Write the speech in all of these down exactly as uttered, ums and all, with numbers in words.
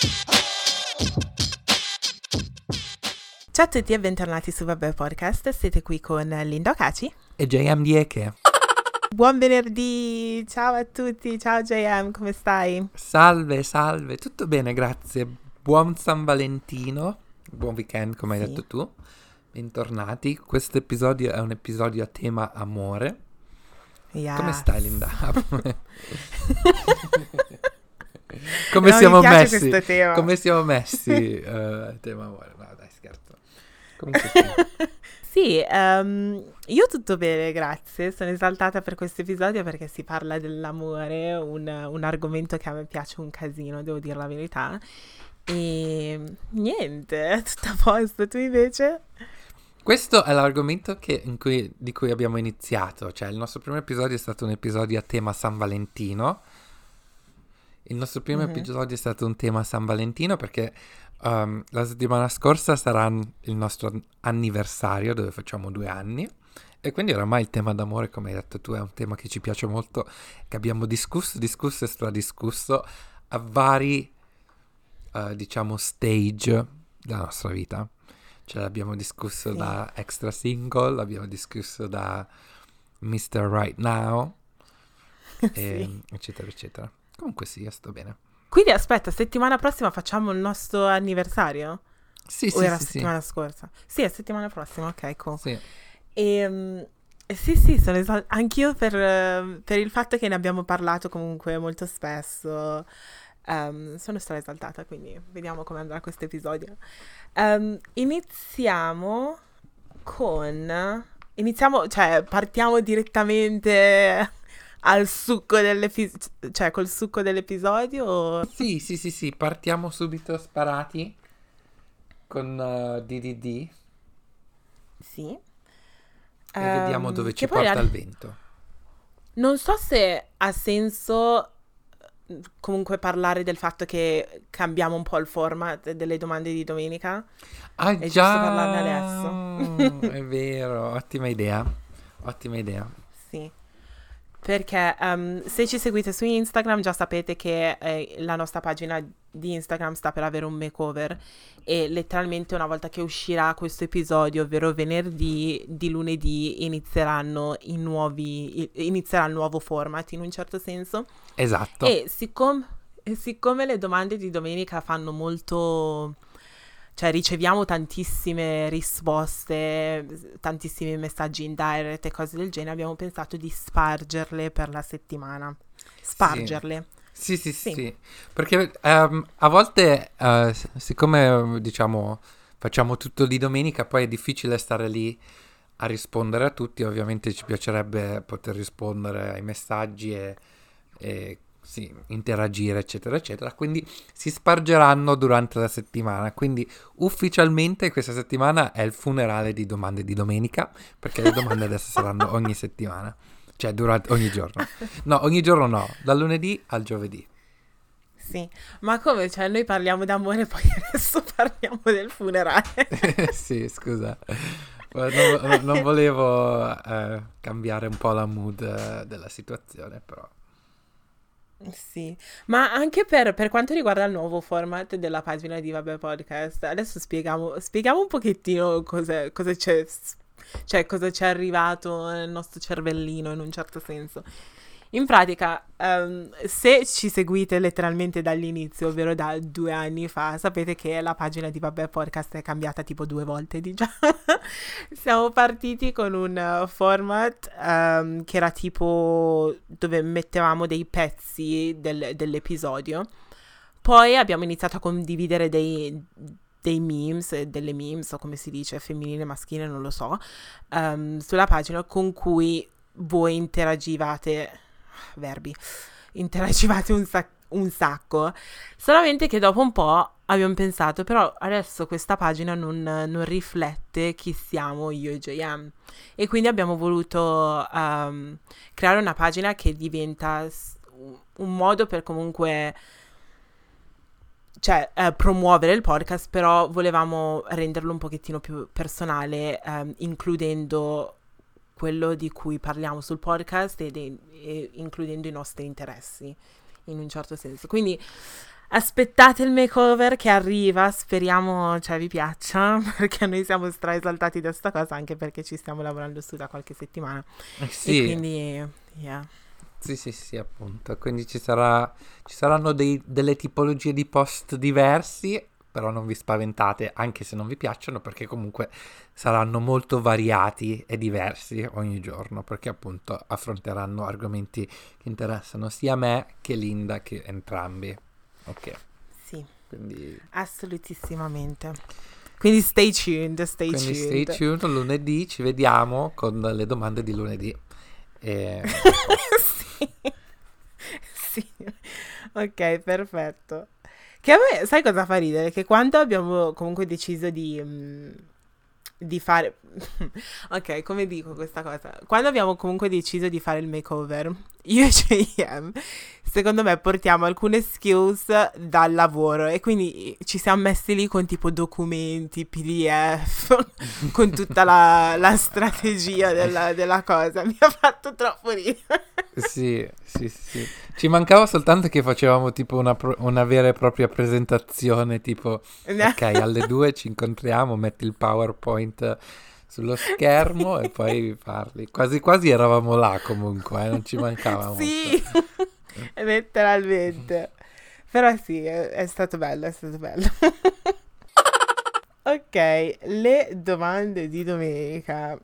Ciao a tutti e bentornati su Vabbè Podcast, siete qui con Linda Ocaci e J M Dieke. Buon venerdì, ciao a tutti, ciao J M, come stai? Salve, salve, tutto bene, grazie. Buon San Valentino, buon weekend come Sì. hai detto tu, bentornati. Questo episodio è un episodio a tema amore. Yes. Come stai, Linda? Come No, siamo mi piace messi? questo tema. Come siamo messi uh, a tema amore? No, dai, scherzo. Comunque sì. Sì, um, io tutto bene, grazie. Sono esaltata per questo episodio perché si parla dell'amore, un, un argomento che a me piace un casino, devo dire la verità. E niente, tutto a posto. Tu invece? Questo è l'argomento che, in cui, di cui abbiamo iniziato. Cioè, il nostro primo episodio è stato un episodio a tema San Valentino. Il nostro primo Mhm. episodio è stato un tema San Valentino perché um, la settimana scorsa sarà il nostro anniversario dove facciamo due anni e quindi oramai il tema d'amore, come hai detto tu, è un tema che ci piace molto, che abbiamo discusso, discusso e stradiscusso a vari, uh, diciamo, stage della nostra vita. Cioè l'abbiamo discusso Sì. da extra single, l'abbiamo discusso da mister Right Now, e, Sì. eccetera, eccetera. Comunque sì, io sto bene. Quindi aspetta, settimana prossima facciamo il nostro anniversario? Sì, O sì, era sì, sì, settimana scorsa? Sì, è settimana prossima, ok, cool. sì. E, sì, sì, sono esal- anch'io per, eh, per il fatto che ne abbiamo parlato comunque molto spesso. ehm, sono stra esaltata, quindi vediamo come andrà questo episodio. Ehm, iniziamo con... Iniziamo, cioè, partiamo direttamente al succo dell'episodio, cioè col succo dell'episodio o... Sì, sì, sì, sì, partiamo subito sparati con uh, D D D Sì. e vediamo Ehm, dove che ci poi porta la- il vento. non so se ha senso eh, comunque parlare del fatto che cambiamo un po' il format delle domande di domenica. Ah È giusto parlarne adesso? già, è vero, ottima idea, ottima idea. Sì. Perché ehm, se ci seguite su Instagram già sapete che eh, la nostra pagina di Instagram sta per avere un makeover e letteralmente una volta che uscirà questo episodio, ovvero venerdì, di lunedì, inizieranno i nuovi, i- inizierà il nuovo format in un certo senso. Esatto, E siccome, e siccome le domande di domenica fanno molto, cioè riceviamo tantissime risposte, tantissimi messaggi in direct e cose del genere, abbiamo pensato di spargerle per la settimana. sì. Spargerle. Sì, sì, Sì, sì, perché ehm, a volte, eh, s- siccome, diciamo, facciamo tutto di domenica, poi è difficile stare lì a rispondere a tutti, ovviamente ci piacerebbe poter rispondere ai messaggi e, e sì, interagire, eccetera, eccetera, quindi si spargeranno durante la settimana, quindi ufficialmente questa settimana è il funerale di domande di domenica, perché le domande adesso saranno ogni settimana, cioè durante ogni giorno. No, ogni giorno no, dal lunedì al giovedì. sì. Ma come? Cioè noi parliamo d'amore e poi adesso parliamo del funerale. Sì, scusa. Non, non volevo eh, cambiare un po' la mood eh, della situazione, però. Sì, ma anche per, per quanto riguarda il nuovo format della pagina di Vabbè Podcast, adesso spieghiamo, spieghiamo un pochettino cosa, cosa c'è, cioè cosa c'è arrivato nel nostro cervellino in un certo senso. In pratica, ehm, se ci seguite letteralmente dall'inizio, ovvero da due anni fa, sapete che la pagina di Vabbè Podcast è cambiata tipo due volte, diciamo. Siamo partiti con un eh, format ehm, che era tipo dove mettevamo dei pezzi del- dell'episodio. Poi abbiamo iniziato a condividere dei, dei memes, eh, delle memes, o come si dice, femminile, maschile, non lo so, ehm, sulla pagina con cui voi interagivate, verbi, interagivate un, sac- un sacco. Solamente che dopo un po' abbiamo pensato, però adesso questa pagina non, non riflette chi siamo io e J M. E quindi abbiamo voluto ehm, creare una pagina che diventa s- un modo per comunque, cioè, eh, promuovere il podcast, però volevamo renderlo un pochettino più personale, ehm, includendo quello di cui parliamo sul podcast e, de- e includendo i nostri interessi, in un certo senso. Quindi Aspettate il makeover che arriva, speriamo, cioè, vi piaccia, perché noi siamo stra esaltati da sta cosa, anche perché ci stiamo lavorando su da qualche settimana. Eh, E sì, quindi, yeah. sì, sì, sì, appunto. Quindi ci sarà, ci saranno dei- delle tipologie di post diversi, però non vi spaventate, anche se non vi piacciono, perché comunque saranno molto variati e diversi ogni giorno, perché appunto affronteranno argomenti che interessano sia me che Linda, che entrambi. Ok, Sì, quindi, assolutissimamente. Quindi stay tuned, stay quindi stay tuned. tuned, lunedì ci vediamo con le domande di lunedì. E a posto. Sì, sì. Ok, perfetto. Che a me, sai cosa fa ridere? Che quando abbiamo comunque deciso di, mm, di fare... Ok, come dico questa cosa? Quando abbiamo comunque deciso di fare il makeover, io e J M, secondo me portiamo alcune skills dal lavoro e quindi ci siamo messi lì con tipo documenti, P D F, con tutta la, la strategia della, della cosa. Mi ha fatto troppo ridere. Sì, sì, sì. Ci mancava soltanto che facevamo tipo una, pro- una vera e propria presentazione, tipo, ok, alle due ci incontriamo, metti il PowerPoint sullo schermo e Sì. poi parli. Quasi quasi eravamo là comunque, eh, non ci mancava molto. Sì, letteralmente. Però sì, è, è stato bello, è stato bello. Ok, le domande di domenica.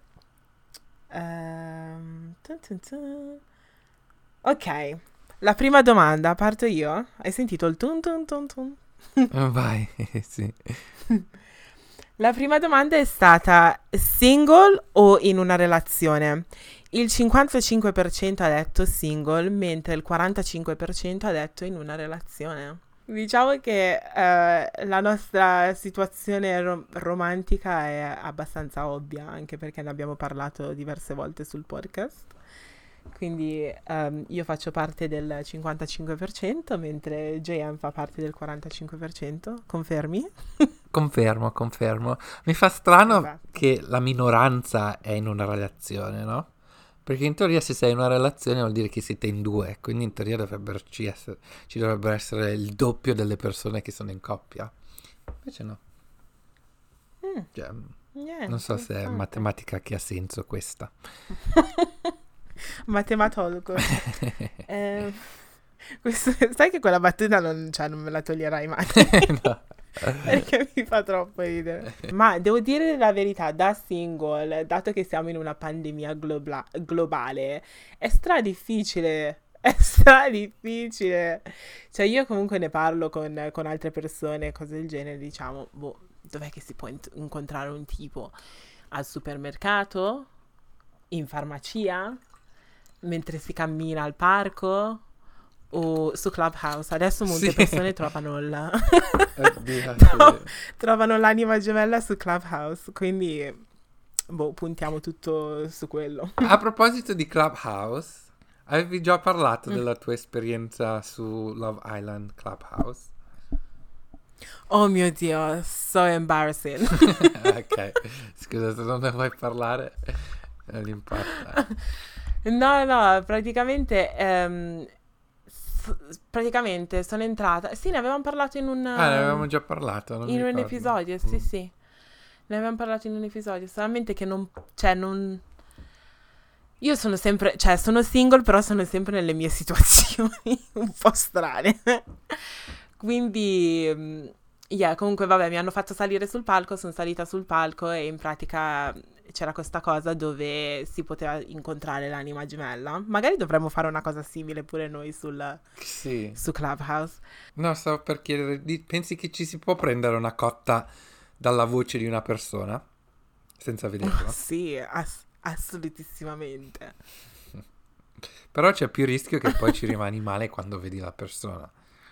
Ehm, tun tun tun. Ok, la prima domanda, parto io? Hai sentito il tun tun tun tun? Eh, Vai, sì. La prima domanda è stata single o in una relazione? Il cinquantacinque per cento ha detto single, mentre il quarantacinque per cento ha detto in una relazione. Diciamo che eh, la nostra situazione ro- romantica è abbastanza ovvia, anche perché ne abbiamo parlato diverse volte sul podcast. Quindi ehm, io faccio parte del cinquantacinque per cento, mentre J M fa parte del quarantacinque per cento. Confermi? Confermo, confermo. Mi fa strano Esatto. che la minoranza è in una relazione, no? Perché in teoria se sei in una relazione vuol dire che siete in due, quindi in teoria dovrebbero ci, essere, ci dovrebbero essere il doppio delle persone che sono in coppia. Invece no. Mm, Cioè, non niente, so se è infatti. matematica che ha senso questa. Matematogo. Eh, questo- sai che quella battuta non, cioè, non me la toglierai mai. No. Perché mi fa troppo ridere. Ma devo dire la verità, da single, dato che siamo in una pandemia globla- globale, è stra difficile. È stra difficile. Cioè, io comunque ne parlo con, con altre persone, cose del genere, diciamo, boh, dov'è che si può int- incontrare un tipo? Al supermercato? In farmacia? Mentre si cammina al parco? O su Clubhouse? Adesso Sì. molte persone trovano la... Oddio, tro- sì. trovano l'anima gemella su Clubhouse, quindi boh, puntiamo tutto su quello. A proposito di Clubhouse, avevi già parlato Mm. della tua esperienza su Love Island Clubhouse? Oh mio Dio, so embarrassing. Ok, scusa se non ne vuoi parlare, non importa. No, no, praticamente, ehm, s- praticamente sono entrata. Sì, ne avevamo parlato in un, Ah, ne avevamo ehm, già parlato, non mi in un ricordo. episodio, sì, Mm. sì. Ne avevamo parlato in un episodio, solamente che non, cioè, non... Io sono sempre, cioè, sono single, però sono sempre nelle mie situazioni un po' strane. Quindi, mm, yeah, comunque, vabbè, mi hanno fatto salire sul palco, sono salita sul palco e in pratica c'era questa cosa dove si poteva incontrare l'anima gemella. Magari dovremmo fare una cosa simile pure noi sul, Sì. su Clubhouse. No, stavo per chiedere, di- pensi che ci si può prendere una cotta dalla voce di una persona senza vederla? Sì, ass- assolutissimamente. Però c'è più rischio che poi ci rimani male quando vedi la persona.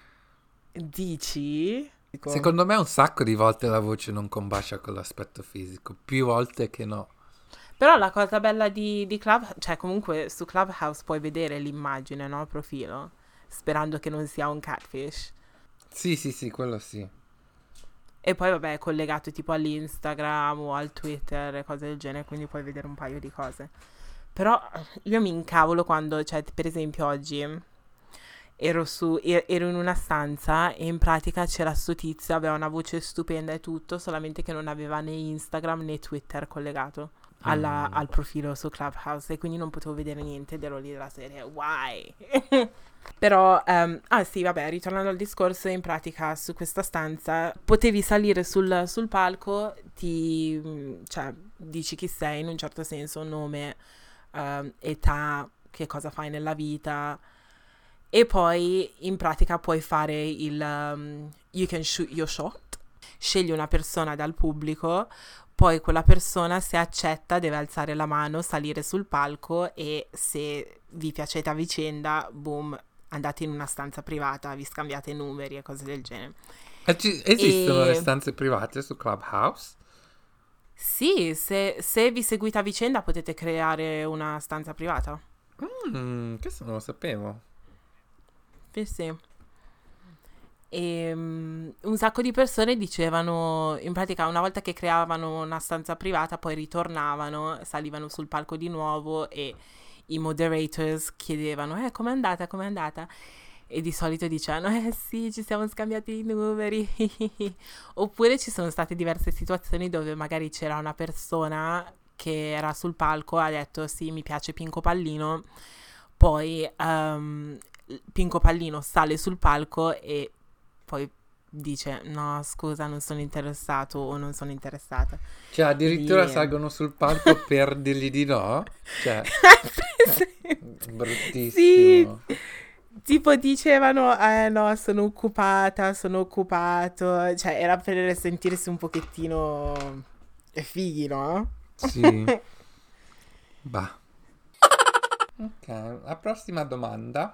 Dici? Dico, Secondo me un sacco di volte la voce non combacia con l'aspetto fisico, più volte che no. però la cosa bella di, di Club, cioè comunque su Clubhouse puoi vedere l'immagine, no? Profilo, sperando che non sia un catfish. Sì, sì, sì, quello sì. E poi vabbè è collegato tipo all'Instagram o al Twitter e cose del genere, quindi puoi vedere un paio di cose. Però io mi incavolo quando, cioè per esempio oggi ero su, e- ero in una stanza e in pratica c'era sto tizio, aveva una voce stupenda e tutto, solamente che non aveva né Instagram né Twitter collegato alla- Mm. al profilo su Clubhouse e quindi non potevo vedere niente ed ero lì della serie, why? Però, ehm, ah sì, vabbè, ritornando al discorso, in pratica su questa stanza potevi salire sul, sul palco, ti, mm, cioè, dici chi sei in un certo senso, nome, ehm, età, che cosa fai nella vita e poi in pratica puoi fare il um, you can shoot your shot, scegli una persona dal pubblico, poi quella persona se accetta deve alzare la mano, salire sul palco e se vi piacete a vicenda, boom, andate in una stanza privata, vi scambiate numeri e cose del genere. E ci- esistono le E stanze private su Clubhouse? sì, se, se vi seguite a vicenda potete creare una stanza privata. Mm, questo non lo sapevo. Sì, sì. E um, un sacco di persone dicevano, in pratica una volta che creavano una stanza privata poi ritornavano, salivano sul palco di nuovo e i moderators chiedevano eh com'è andata, com'è andata? E di solito dicevano eh sì ci siamo scambiati i numeri oppure ci sono state diverse situazioni dove magari c'era una persona che era sul palco ha detto sì mi piace Pinco Pallino poi um, Pinco Pallino sale sul palco e poi dice no scusa non sono interessato o non sono interessata Cioè, addirittura lì salgono sul palco per dirgli di no? Cioè, sì bruttissimo. tipo dicevano eh no sono occupata sono occupato cioè era per sentirsi un pochettino fighi no? Sì, bah. Ok, la prossima domanda.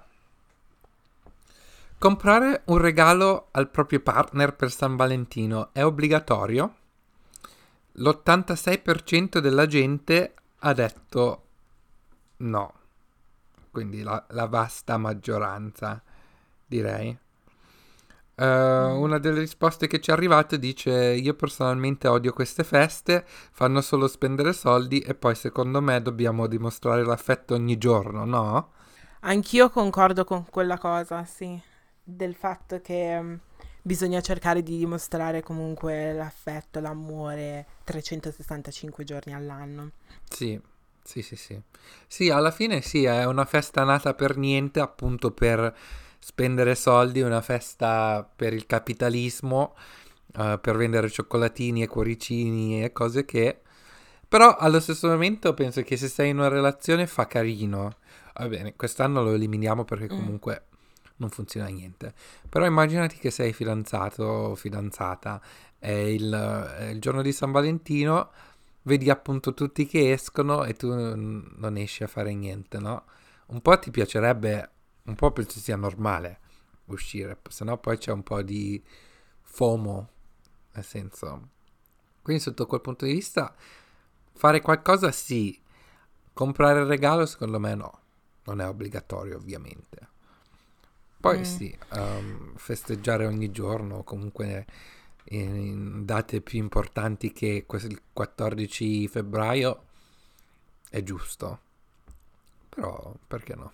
Comprare un regalo al proprio partner per San Valentino è obbligatorio? L'ottantasei per cento della gente ha detto no, quindi la, la vasta maggioranza, direi. Eh, Mm. una delle risposte che ci è arrivata dice: Io personalmente odio queste feste, fanno solo spendere soldi e poi secondo me dobbiamo dimostrare l'affetto ogni giorno, no? Anch'io concordo con quella cosa, sì, del fatto che mm, bisogna cercare di dimostrare comunque l'affetto, l'amore trecentosessantacinque giorni all'anno. Sì, sì, sì, sì. Sì, alla fine sì, è una festa nata per niente, appunto per spendere soldi, una festa per il capitalismo, eh, per vendere cioccolatini e cuoricini e cose che... Però allo stesso momento penso che se sei in una relazione fa carino. Va bene, quest'anno lo eliminiamo perché Mm. comunque non funziona niente. Però immaginati che sei fidanzato o fidanzata, è il, è il giorno di San Valentino, vedi appunto tutti che escono e tu n- non esci a fare niente, no? Un po' ti piacerebbe, un po' penso sia normale uscire, se no poi c'è un po' di FOMO, nel senso... Quindi sotto quel punto di vista fare qualcosa sì, comprare il regalo secondo me no, non è obbligatorio ovviamente. Poi Mm. sì, ehm, festeggiare ogni giorno, comunque in, in date più importanti che quel- il quattordici febbraio è giusto, però perché no?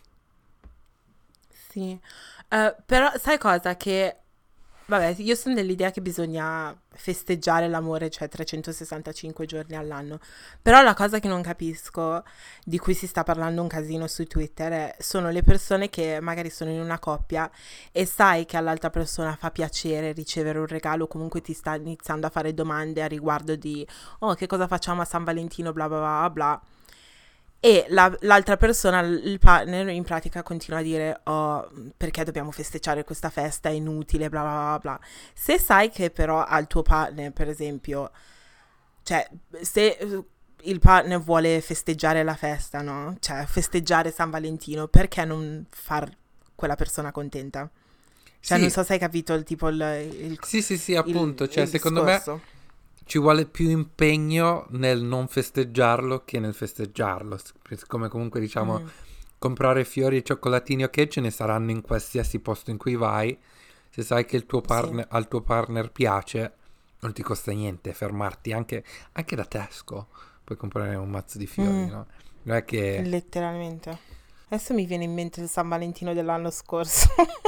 Sì, Eh, però sai cosa? Che, vabbè, io sono dell'idea che bisogna festeggiare l'amore, cioè trecentosessantacinque giorni all'anno, però la cosa che non capisco, di cui si sta parlando un casino su Twitter, è- sono le persone che magari sono in una coppia e sai che all'altra persona fa piacere ricevere un regalo, comunque ti sta iniziando a fare domande a riguardo di, oh, che cosa facciamo a San Valentino, bla bla bla bla. E la- l'altra persona, il partner, in pratica continua a dire: Oh, perché dobbiamo festeggiare questa festa? È inutile, bla bla bla bla. Se sai che però al tuo partner, per esempio, cioè, se eh, il partner vuole festeggiare la festa, no? Cioè, festeggiare San Valentino, perché non far quella persona contenta? Cioè, non Sì, so se hai capito il tipo, il, il, sì, sì, sì, il- appunto, cioè il secondo me discorso. ci vuole più impegno nel non festeggiarlo che nel festeggiarlo, siccome comunque diciamo Mm, comprare fiori e cioccolatini ok ce ne saranno in qualsiasi posto in cui vai, se sai che il tuo sì, partner, al tuo partner piace, non ti costa niente fermarti, anche, anche da Tesco puoi comprare un mazzo di fiori, Mm, no? Non è che... letteralmente. Adesso mi viene in mente il San Valentino dell'anno scorso.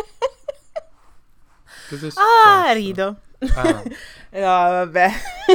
Cos'è Ah, successo? rido. Ah, No, vabbè.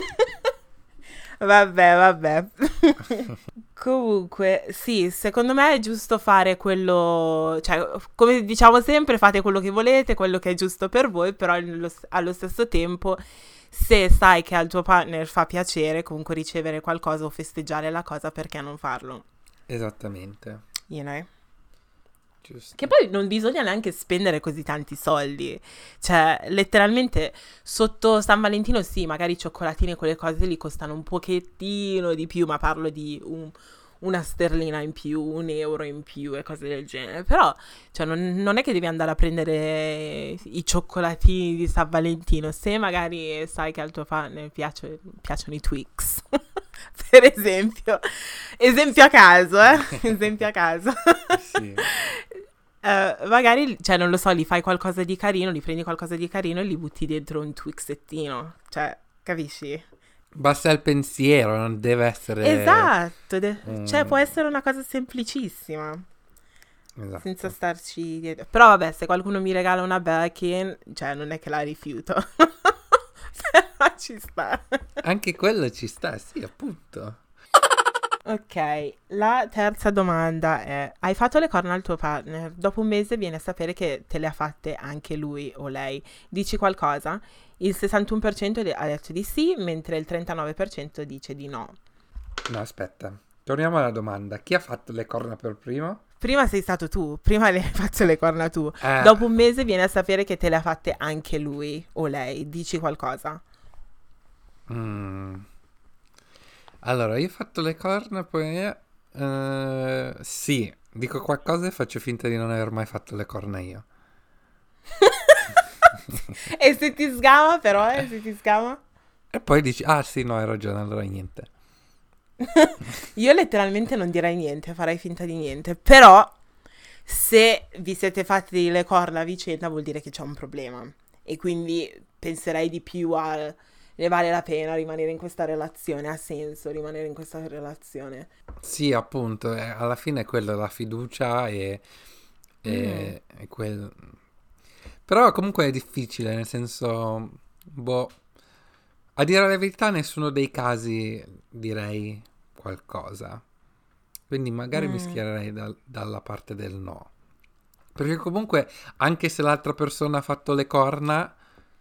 Vabbè, vabbè. Comunque, sì, secondo me è giusto fare quello, cioè, come diciamo sempre, fate quello che volete, quello che è giusto per voi, però allo, allo stesso tempo, se sai che al tuo partner fa piacere comunque ricevere qualcosa o festeggiare la cosa, perché non farlo? esattamente, You know? Che giusto. poi non bisogna neanche spendere così tanti soldi. Cioè, letteralmente, sotto San Valentino sì, magari i cioccolatini e quelle cose lì costano un pochettino di più, ma parlo di un- una sterlina in più, un euro in più e cose del genere. Però, cioè, non, non è che devi andare a prendere i cioccolatini di San Valentino. Se magari sai che al tuo partner piace- piacciono i Twix, per esempio. Esempio a caso, eh? Esempio a caso. Sì. Eh, magari, cioè, non lo so, li fai qualcosa di carino, li prendi qualcosa di carino e li butti dentro un Twixettino. Cioè, capisci? Basta il pensiero, non deve essere Esatto, de- cioè può un... essere una cosa semplicissima, senza Esatto. starci dietro. Però vabbè, se qualcuno mi regala una Birkin, cioè non è che la rifiuto. Però ci sta. Anche quello ci sta, sì, appunto. Ok, la terza domanda è: hai fatto le corna al tuo partner? Dopo un mese viene a sapere che te le ha fatte anche lui o lei. Dici qualcosa? Il sessantuno per cento de- ha detto di sì, mentre il trentanove per cento dice di no. No, aspetta. Torniamo alla domanda. Chi ha fatto le corna per primo? Prima sei stato tu, prima le hai fatte le corna tu. Eh, Dopo un mese viene a sapere che te le ha fatte anche lui o lei. Dici qualcosa? mm. Allora, io ho fatto le corna, poi... eh, sì, dico qualcosa e faccio finta di non aver mai fatto le corna io. E se ti sgama però, eh? Se ti sgama? E poi dici, ah sì, no, hai ragione, allora niente. Io letteralmente non direi niente, farei finta di niente. Però, se vi siete fatti le corna a vicenda, vuol dire che c'è un problema. E quindi penserei di più a ne vale la pena rimanere in questa relazione. Ha senso rimanere in questa relazione. Sì, appunto, eh, alla fine è quello, la fiducia e, Mm. e, e quel... Però comunque è difficile, nel senso, boh, a dire la verità nessuno dei casi direi qualcosa. Quindi magari mi Mm. schiererei dal- dalla parte del no. Perché comunque, anche se l'altra persona ha fatto le corna,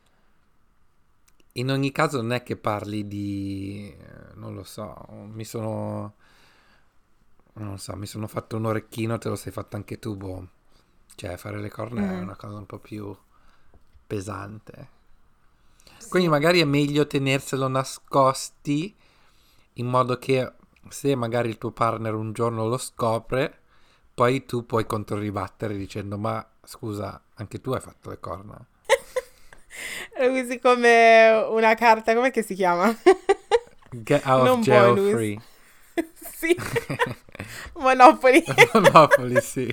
in ogni caso non è che parli di... eh, non lo so, mi sono... non so, mi sono fatto un orecchino, te lo sei fatto anche tu, boh. Cioè, fare le corna è Mm. una cosa un po' più pesante. Quindi Sì. magari è meglio tenerselo nascosti in modo che se magari il tuo partner un giorno lo scopre, poi tu puoi controribattere dicendo ma scusa, anche tu hai fatto le corna. Lo usi come una carta, com'è che si chiama? Get out of Non jail bonus. free. Sì. Monopoli. Monopoli, sì.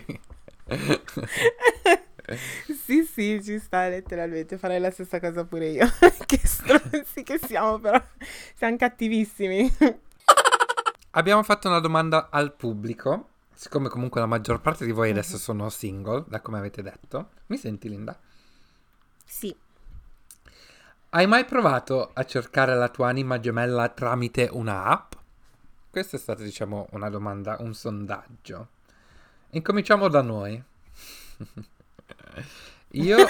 Sì, sì, ci sta letteralmente. Farei la stessa cosa pure io. Che stronzi che siamo, però. Siamo cattivissimi. Abbiamo fatto una domanda al pubblico. Siccome comunque la maggior parte di voi adesso Mhm. sono single, da come avete detto. Mi senti, Linda? Sì. Hai mai provato a cercare la tua anima gemella tramite una app? Questa è stata, diciamo, una domanda, un sondaggio. Incominciamo da noi. Io...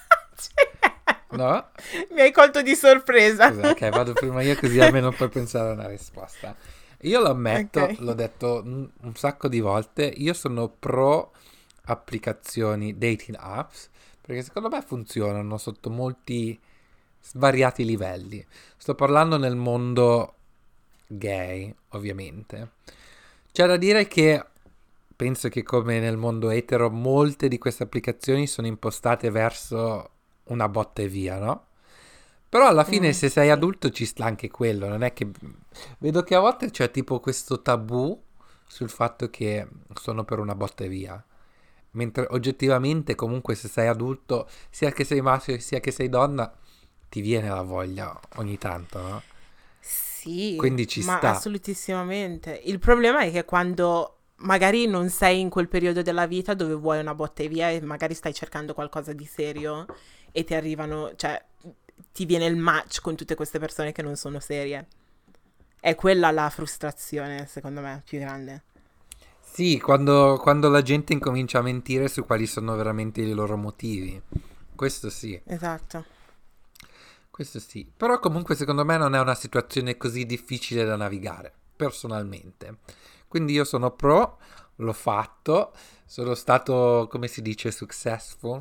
No? Mi hai colto di sorpresa. Scusa, ok, vado prima io così almeno puoi pensare a una risposta. Io lo ammetto, Ok. l'ho detto un, un sacco di volte, io sono pro applicazioni dating apps perché secondo me funzionano sotto molti svariati livelli. Sto parlando nel mondo gay, ovviamente. C'è da dire che penso che come nel mondo etero molte di queste applicazioni sono impostate verso una botta e via, no? Però alla fine Mm, se sei sì. adulto ci sta anche quello, non è che... Vedo che a volte c'è tipo questo tabù sul fatto che sono per una botta e via. Mentre oggettivamente comunque se sei adulto, sia che sei maschio sia che sei donna, ti viene la voglia ogni tanto, no? Sì, Quindi ci ma sta. assolutissimamente. Il problema è che quando magari non sei in quel periodo della vita dove vuoi una botta e via e magari stai cercando qualcosa di serio e ti arrivano, cioè ti viene il match con tutte queste persone che non sono serie. È quella la frustrazione, secondo me, più grande. Sì, quando, quando la gente incomincia a mentire su quali sono veramente i loro motivi. Questo sì, Esatto. questo sì. Però comunque secondo me non è una situazione così difficile da navigare, personalmente. Quindi io sono pro, l'ho fatto, sono stato, come si dice, successful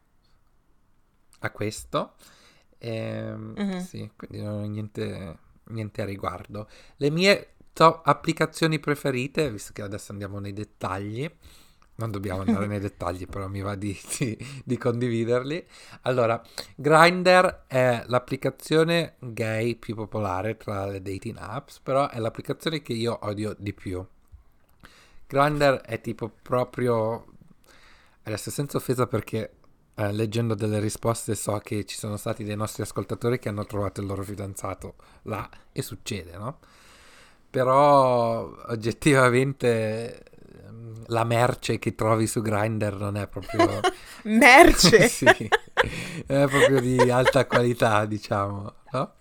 a questo. Ehm, Mhm. sì, quindi non ho niente, niente a riguardo. Le mie top applicazioni preferite, visto che adesso andiamo nei dettagli, non dobbiamo andare nei dettagli, però mi va di, di- di condividerli. Allora, Grindr è l'applicazione gay più popolare tra le dating apps, però è l'applicazione che io odio di più. Grindr è tipo proprio... Adesso senza offesa perché eh, leggendo delle risposte so che ci sono stati dei nostri ascoltatori che hanno trovato il loro fidanzato là e succede, no? Però oggettivamente ehm, la merce che trovi su Grindr non è proprio Merce! sì, è proprio di alta qualità, diciamo, no?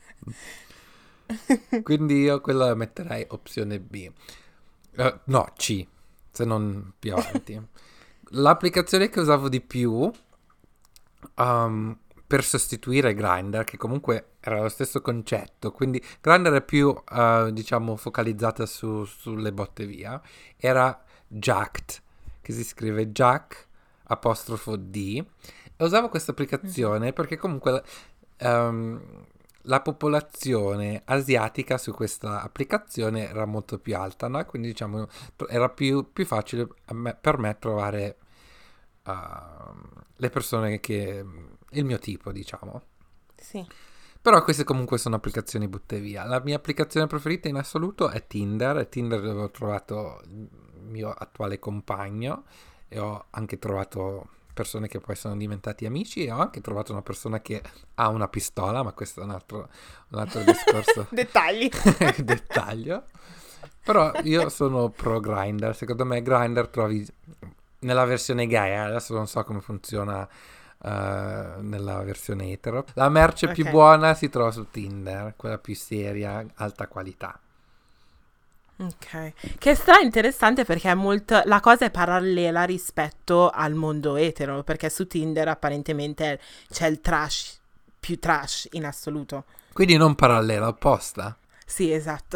Quindi io quello la metterei opzione B. Eh, no, C, se non più avanti. L'applicazione che usavo di più um, per sostituire Grindr, che comunque era lo stesso concetto, quindi Grindr è più, eh, diciamo, focalizzata su- sulle botte via, era Jacked, che si scrive Jack apostrofo D, e usavo questa Mhm. applicazione perché comunque ehm, la popolazione asiatica su questa applicazione era molto più alta, no? Quindi diciamo era più, più facile a me- per me trovare uh, le persone che il mio tipo, diciamo. Sì. Però queste comunque sono applicazioni butte via. La mia applicazione preferita in assoluto è Tinder, e Tinder dove ho trovato il mio attuale compagno e ho anche trovato persone che poi sono diventati amici e ho anche trovato una persona che ha una pistola, ma questo è un altro, un altro discorso, Dettagli. dettaglio. Però io sono pro Grindr, secondo me Grindr trovi nella versione gay, eh, adesso non so come funziona eh, nella versione etero. La merce più Ok. buona si trova su Tinder, quella più seria, alta qualità. Ok. Che stra interessante perché è molto, la cosa è parallela rispetto al mondo etero, perché su Tinder apparentemente c'è il trash, più trash in assoluto. Quindi non parallela, opposta. Sì, esatto.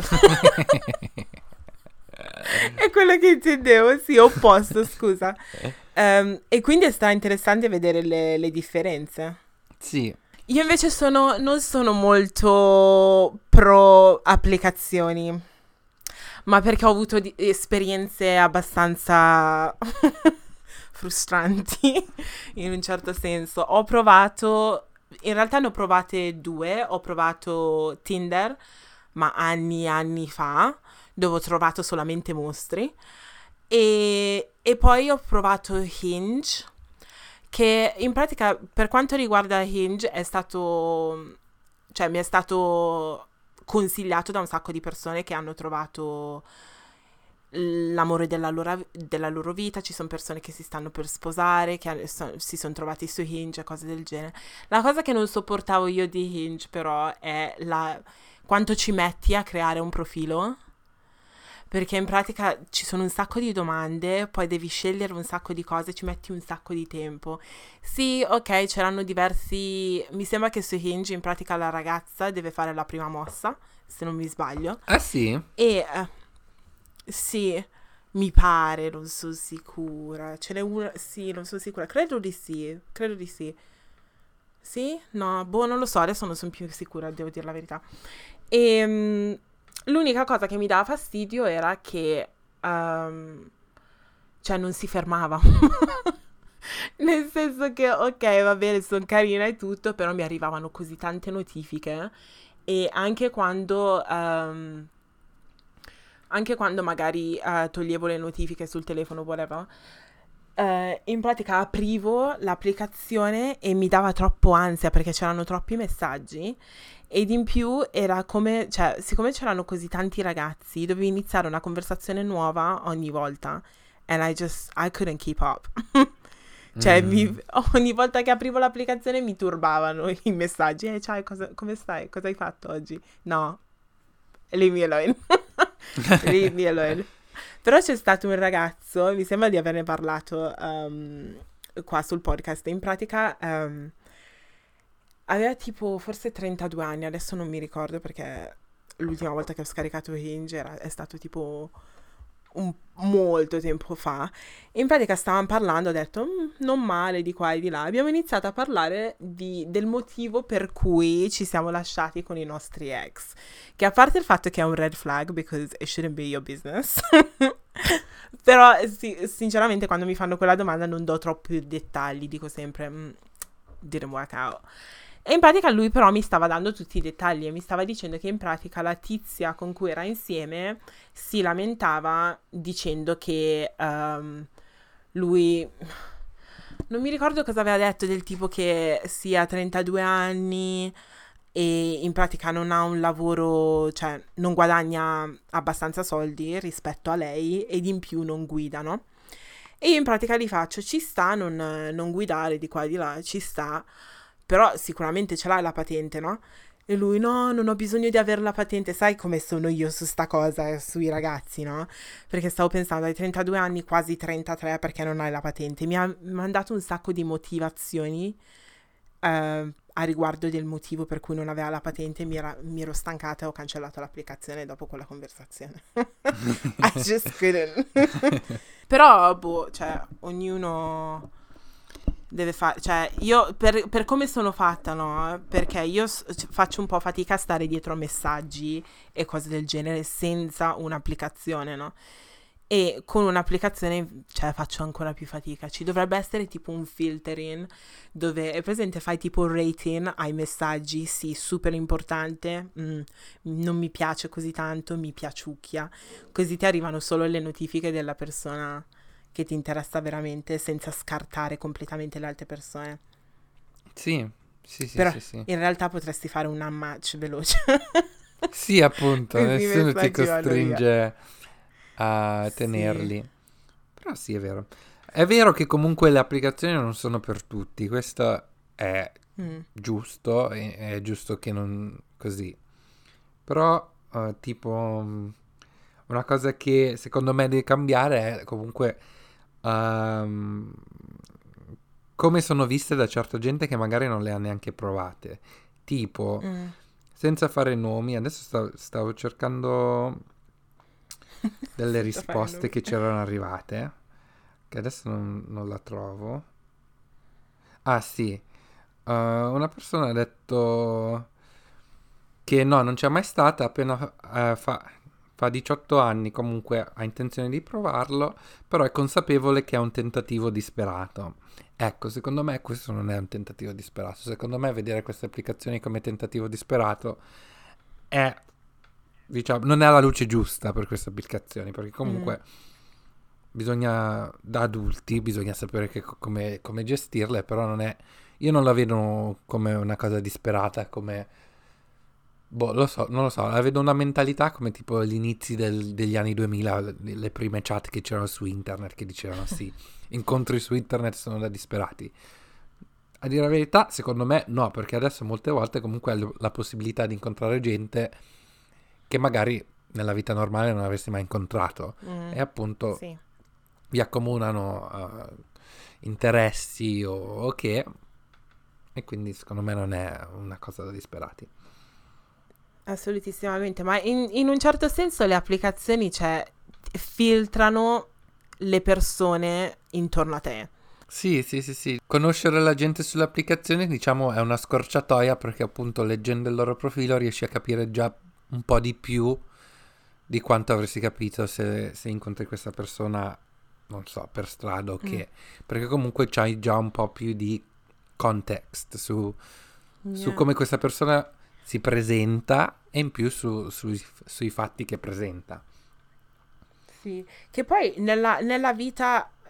È quello che intendevo, sì, opposto, scusa. Ehm, e quindi è stra interessante vedere le, le differenze. Sì, Io invece sono, non sono molto pro applicazioni, ma perché ho avuto di- esperienze abbastanza frustranti, in un certo senso. Ho provato, in realtà ne ho provate due, ho provato Tinder, ma anni e anni fa, dove ho trovato solamente mostri, e, e poi ho provato Hinge, che in pratica per quanto riguarda Hinge è stato, cioè mi è stato consigliato da un sacco di persone che hanno trovato l'amore della loro, della loro vita, ci sono persone che si stanno per sposare, che hanno- so- si sono trovati su Hinge e cose del genere. La cosa che non sopportavo io di Hinge però è la, quanto ci metti a creare un profilo. Perché in pratica ci sono un sacco di domande, poi devi scegliere un sacco di cose, ci metti un sacco di tempo. Sì, ok, c'erano diversi... Mi sembra che su Hinge in pratica la ragazza deve fare la prima mossa, se non mi sbaglio. ah sì, E eh, sì, mi pare, non sono sicura. Ce n'è una... Sì, non sono sicura. Credo di sì, credo di sì. Sì? No, boh, non lo so, adesso non sono più sicura, devo dire la verità. E l'unica cosa che mi dava fastidio era che, ehm, cioè, non si fermava. Nel senso che, ok, va bene, sono carina e tutto, però mi arrivavano così tante notifiche. E anche quando, ehm, anche quando magari eh, toglievo le notifiche sul telefono, whatever, eh, in pratica aprivo l'applicazione e mi dava troppo ansia perché c'erano troppi messaggi ed in più era come, cioè, siccome c'erano così tanti ragazzi, dovevi iniziare una conversazione nuova ogni volta and I just, I couldn't keep up. Cioè, mi- Mm. ogni volta che aprivo l'applicazione mi turbavano i messaggi. Eh, ciao, cosa- come stai? Cosa hai fatto oggi? No, leave me alone. Leave me alone. Però c'è stato un ragazzo, mi sembra di averne parlato ehm, qua sul podcast. In pratica ehm, aveva tipo forse trentadue anni, adesso non mi ricordo perché l'ultima volta che ho scaricato Hinge era- è stato tipo un- molto tempo fa. In pratica stavamo parlando, ho detto "Mm, non male di qua e di là. Abbiamo iniziato a parlare di- del motivo per cui ci siamo lasciati con i nostri ex. Che a parte il fatto che è un red flag, because it shouldn't be your business. Però sì, sinceramente quando mi fanno quella domanda non do troppi dettagli, dico sempre "Mm, didn't work out. E in pratica lui però mi stava dando tutti i dettagli e mi stava dicendo che in pratica la tizia con cui era insieme si lamentava dicendo che ehm, lui... Non mi ricordo cosa aveva detto del tipo che sia trentadue anni e in pratica non ha un lavoro, cioè non guadagna abbastanza soldi rispetto a lei ed in più non guida, no? E io in pratica gli faccio, ci sta non, non guidare di qua e di là, ci sta, però sicuramente ce l'hai la patente, no? E lui, no, non ho bisogno di avere la patente. Sai come sono io su sta cosa, eh, sui ragazzi, no? Perché stavo pensando, hai trentadue anni, quasi trentatré, perché non hai la patente. Mi ha mandato un sacco di motivazioni eh, a riguardo del motivo per cui non aveva la patente. Mi, era- mi ero stancata e ho cancellato l'applicazione dopo quella conversazione. I just couldn't. Però, boh, cioè, ognuno deve fare, cioè io per, per come sono fatta, no? Perché io s- c- faccio un po' fatica a stare dietro a messaggi e cose del genere senza un'applicazione, no? E con un'applicazione, cioè, faccio ancora più fatica. Ci dovrebbe essere tipo un filtering dove, è presente, fai tipo un rating ai messaggi, sì, super importante, mm, non mi piace così tanto, mi piaciucchia. Così ti arrivano solo le notifiche della persona che ti interessa veramente senza scartare completamente le altre persone. Sì, sì, sì, Però sì, sì. in realtà potresti fare un unmatch veloce. Sì, appunto, Così i nessuno ti messaggi vanno via. costringe a Sì. tenerli. Però sì, è vero. È vero che comunque le applicazioni non sono per tutti, questo è Mm. giusto, e- è giusto che non così. Però, eh, tipo, mh, una cosa che secondo me deve cambiare è comunque ehm, come sono viste da certa gente che magari non le ha neanche provate. Tipo, Mm. senza fare nomi, adesso stavo, stavo cercando delle Senza fare risposte nomi. che c'erano arrivate, che adesso non, non la trovo. Ah sì, eh, una persona ha detto che no, non c'è mai stata, appena eh, fa, fa diciotto anni comunque ha intenzione di provarlo, però è consapevole che è un tentativo disperato. Ecco, secondo me questo non è un tentativo disperato, secondo me vedere queste applicazioni come tentativo disperato è, diciamo, non è la luce giusta per queste applicazioni, perché Mm. comunque bisogna, da adulti, bisogna sapere che, come, come gestirle, però non è, io non la vedo come una cosa disperata, come boh, lo so, non lo so, la vedo una mentalità come tipo gli inizi del- degli anni duemila, le le prime chat che c'erano su internet che dicevano sì, incontri su internet sono da disperati. A dire la verità, secondo me no, perché adesso molte volte comunque hai l- la possibilità di incontrare gente che magari nella vita normale non avresti mai incontrato Mm. e appunto Sì, vi accomunano eh, interessi o, o che e quindi secondo me non è una cosa da disperati. assolutissimamente. Ma in, in un certo senso le applicazioni, cioè, filtrano le persone intorno a te. Sì, sì, sì, sì. Conoscere la gente sulle applicazioni, diciamo, è una scorciatoia perché appunto leggendo il loro profilo riesci a capire già un po' di più di quanto avresti capito se, se incontri questa persona, non so, per strada o Mm. che. Perché comunque c'hai già un po' più di context su, su Yeah. come questa persona si presenta e in più su- sui, sui fatti che presenta. Sì, che poi nella, nella vita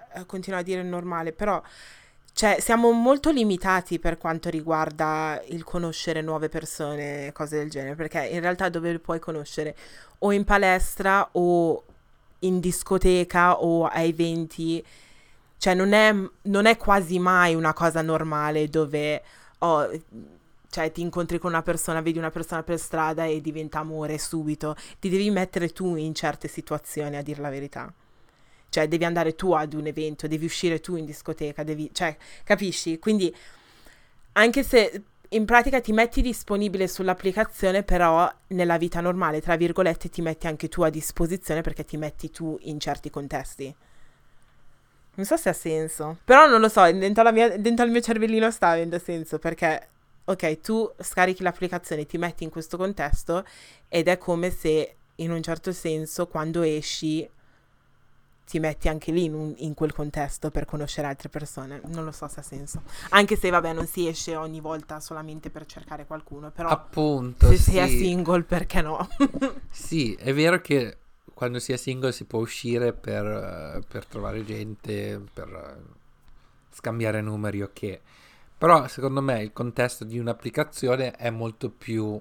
eh, continua a dire normale, però cioè, siamo molto limitati per quanto riguarda il conoscere nuove persone, cose del genere, perché in realtà dove le puoi conoscere? O in palestra o in discoteca o a eventi, cioè non è, non è quasi mai una cosa normale dove oh, cioè, ti incontri con una persona, vedi una persona per strada e diventa amore subito. Ti devi mettere tu in certe situazioni, a dir la verità. Cioè, devi andare tu ad un evento, devi uscire tu in discoteca, devi, cioè, capisci? Quindi, anche se in pratica ti metti disponibile sull'applicazione, però nella vita normale, tra virgolette, ti metti anche tu a disposizione perché ti metti tu in certi contesti. Non so se ha senso. Però non lo so, dentro, la mia- dentro al mio cervellino sta avendo senso perché, ok, tu scarichi l'applicazione, ti metti in questo contesto ed è come se, in un certo senso, quando esci ti metti anche lì in, un- in quel contesto per conoscere altre persone. Non lo so se ha senso. Anche se, vabbè, non si esce ogni volta solamente per cercare qualcuno, però Appunto, se sei a sì. single, perché no? Sì, è vero che quando si è single si può uscire per, eh, per trovare gente, per eh, scambiare numeri, ok. Però secondo me il contesto di un'applicazione è molto più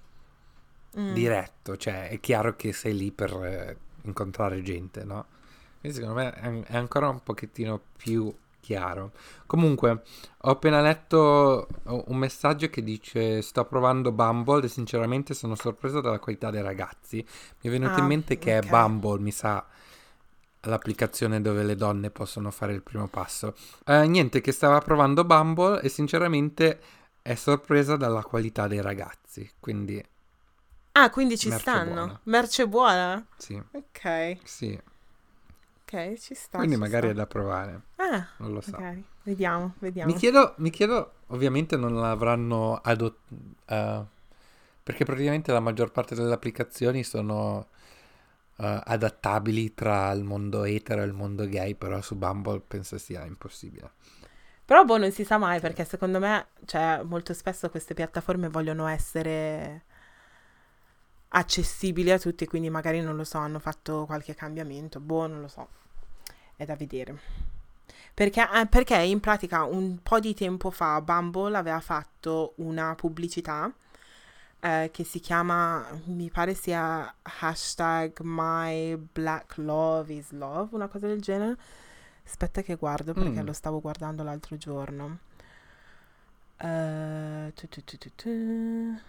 Mm. diretto, cioè è chiaro che sei lì per eh, incontrare gente, no? Quindi secondo me è, è ancora un pochettino più chiaro. Comunque, ho appena letto un messaggio che dice sto provando Bumble e sinceramente sono sorpreso dalla qualità dei ragazzi. Mi è venuto in Ah, mente che è ok. Bumble, mi sa, l'applicazione dove le donne possono fare il primo passo. Eh, niente, che stava provando Bumble e sinceramente è sorpresa dalla qualità dei ragazzi, quindi Ah, quindi ci merce stanno. buona. Merce buona? Sì, Ok, sì. ok, ci sta, Quindi ci magari è sta. da provare, Ah, non lo so. magari. Vediamo, Mi vediamo. chiedo, mi chiedo, ovviamente non l'avranno adottato, perché praticamente la maggior parte delle applicazioni sono eh, adattabili tra il mondo etero e il mondo gay, però su Bumble penso sia impossibile. Però boh, non si sa mai Sì. perché secondo me, cioè, molto spesso queste piattaforme vogliono essere accessibili a tutti, quindi magari non lo so, hanno fatto qualche cambiamento. Boh, non lo so. È da vedere. Perché, eh, perché in pratica un po' di tempo fa Bumble aveva fatto una pubblicità eh, che si chiama, mi pare sia hashtag My Black Love is Love, una cosa del genere. Aspetta che guardo perché Mm, lo stavo guardando l'altro giorno. Eh, tu, tu, tu, tu, tu.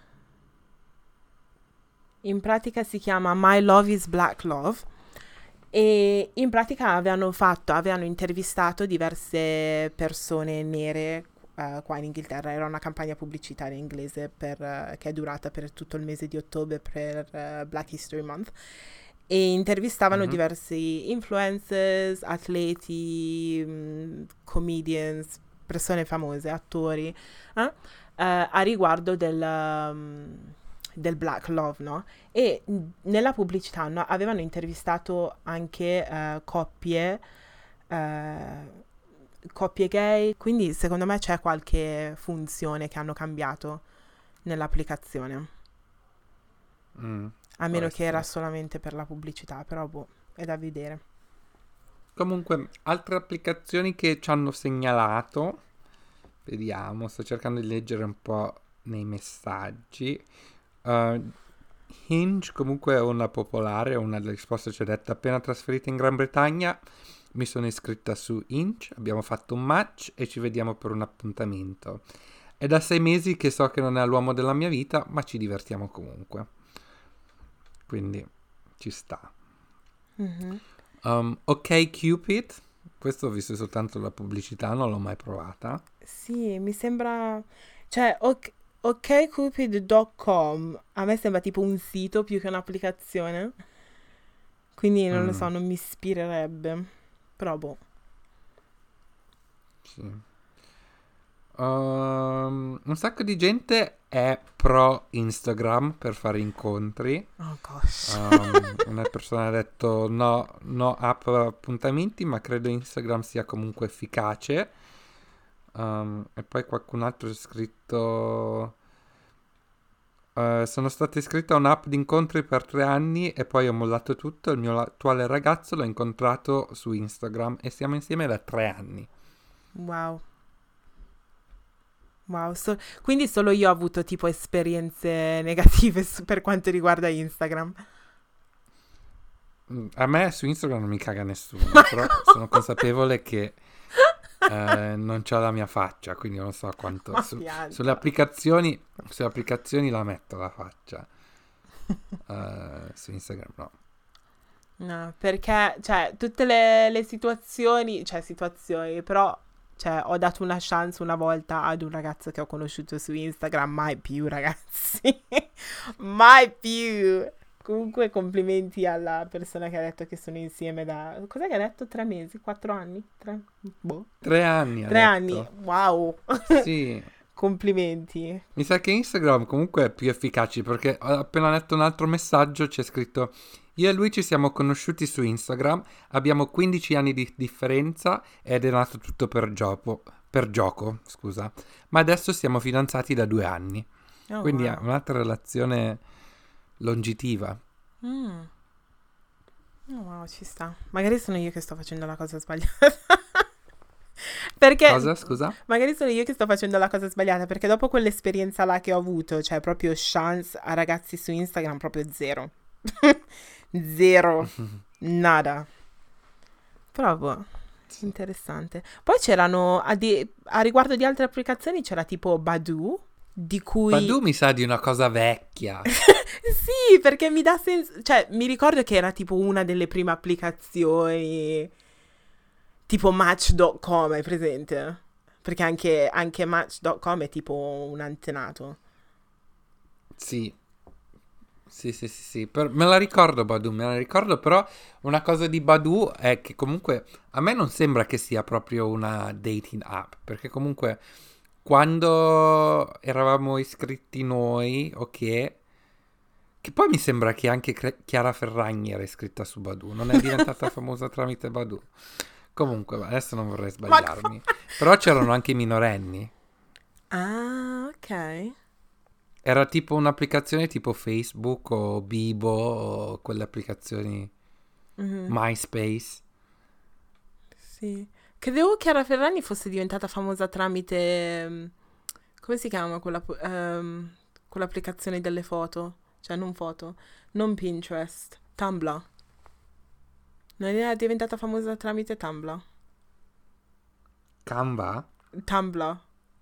In pratica si chiama My Love is Black Love. E in pratica avevano fatto, avevano intervistato diverse persone nere eh, qua in Inghilterra. Era una campagna pubblicitaria inglese per, eh, che è durata per tutto il mese di ottobre per eh, Black History Month. E intervistavano mhm. diversi influencers, atleti, mh, comedians, persone famose, attori, eh, eh, a riguardo del, um, del Black Love, no? E mh, nella pubblicità no, avevano intervistato anche eh, coppie, eh, coppie gay, quindi secondo me c'è qualche funzione che hanno cambiato nell'applicazione, Mm, a può meno che era essere. solamente per la pubblicità, però boh, è da vedere. Comunque, altre applicazioni che ci hanno segnalato, vediamo, sto cercando di leggere un po' nei messaggi. Uh, Hinge comunque è una popolare, una delle risposte ci ha detto appena trasferita in Gran Bretagna mi sono iscritta su Hinge, abbiamo fatto un match e ci vediamo per un appuntamento. È da sei mesi che so che non è l'uomo della mia vita, ma ci divertiamo comunque. Quindi ci sta. Mhm. Um, ok Cupid, questo ho visto soltanto la pubblicità, non l'ho mai provata. Sì, mi sembra... Cioè, ok, ok cupid punto com a me sembra tipo un sito più che un'applicazione. Quindi non lo so, Mm, non mi ispirerebbe. Però boh. sì. Um, un sacco di gente è pro Instagram per fare incontri. Oh gosh. Um, una persona ha detto no, no app appuntamenti, ma credo Instagram sia comunque efficace. Um, e poi qualcun altro ha scritto uh, Eh, sono stato iscritto a un'app di incontri per tre anni e poi ho mollato tutto. Il mio attuale ragazzo l'ho incontrato su Instagram e siamo insieme da tre anni. Wow. Wow, so- quindi solo io ho avuto tipo esperienze negative su- per quanto riguarda Instagram. Mm, A me su Instagram non mi caga nessuno, però sono consapevole che eh, non c'ho la mia faccia, quindi non so quanto... Ma su- pianta. sulle applicazioni, sulle applicazioni la metto la faccia. Eh, su Instagram no. No, perché, cioè, tutte le, le situazioni, cioè, situazioni, però, cioè, ho dato una chance una volta ad un ragazzo che ho conosciuto su Instagram, mai più, ragazzi, mai più. Comunque, complimenti alla persona che ha detto che sono insieme da, cos'è che ha detto? Tre mesi? Quattro anni? Tre? Boh. Tre anni ha Tre anni? detto. Wow. Sì, Complimenti. mi sa che Instagram comunque è più efficace perché ho appena letto un altro messaggio, c'è scritto: io e lui ci siamo conosciuti su Instagram, abbiamo quindici anni di differenza ed è nato tutto per gioco, per gioco, scusa, ma adesso siamo fidanzati da due anni, Oh, quindi è wow. un'altra relazione longitiva. Mm. Oh, wow, ci sta. Magari sono io che sto facendo la cosa sbagliata. Perché Cosa, scusa? magari sono io che sto facendo la cosa sbagliata, perché dopo quell'esperienza là che ho avuto, cioè proprio chance a ragazzi su Instagram, proprio zero. Zero. Nada. Però, boh, Sì. interessante. Poi c'erano, a, di- a riguardo di altre applicazioni, c'era tipo Badoo, di cui... Badoo mi sa di una cosa vecchia. Sì, perché mi dà senso, cioè mi ricordo che era tipo una delle prime applicazioni, tipo Match punto com, hai presente? Perché anche, anche Match punto com è tipo un antenato. Sì. Sì, sì, sì, sì. Per- me la ricordo Badoo, me la ricordo, però una cosa di Badoo è che comunque a me non sembra che sia proprio una dating app, perché comunque quando eravamo iscritti noi, ok, che poi mi sembra che anche Cre- Chiara Ferragni era iscritta su Badoo, non è diventata famosa tramite Badoo. Comunque, adesso non vorrei Ma co- sbagliarmi, però c'erano anche i minorenni. Ah, ok. Era tipo un'applicazione tipo Facebook o Bibo o quelle applicazioni Mhm, MySpace. sì. Credevo che Chiara Ferragni fosse diventata famosa tramite... mm, come si chiama quella, ehm, quell'applicazione delle foto? Cioè, non foto, non Pinterest, Tumblr. Non era diventata famosa tramite Tumblr? Canva? Tumblr.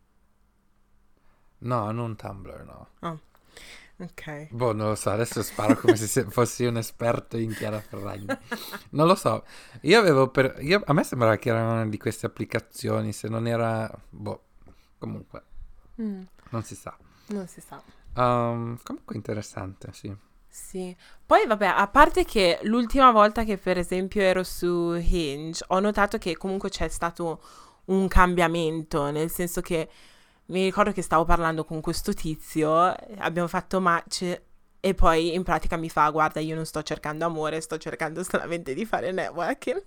No, non Tumblr, no. Oh, ok. Boh, non lo so, adesso sparo come se se fossi un esperto in Chiara Ferragni. Non lo so. Io avevo per... io- a me sembrava che era una di queste applicazioni, se non era... Boh, comunque, Mm, non si sa. non si sa. Um, comunque interessante, sì. Sì. Poi, vabbè, a parte che l'ultima volta che per esempio ero su Hinge, ho notato che comunque c'è stato un cambiamento, nel senso che mi ricordo che stavo parlando con questo tizio, abbiamo fatto match e poi in pratica mi fa, guarda, io non sto cercando amore, sto cercando solamente di fare networking.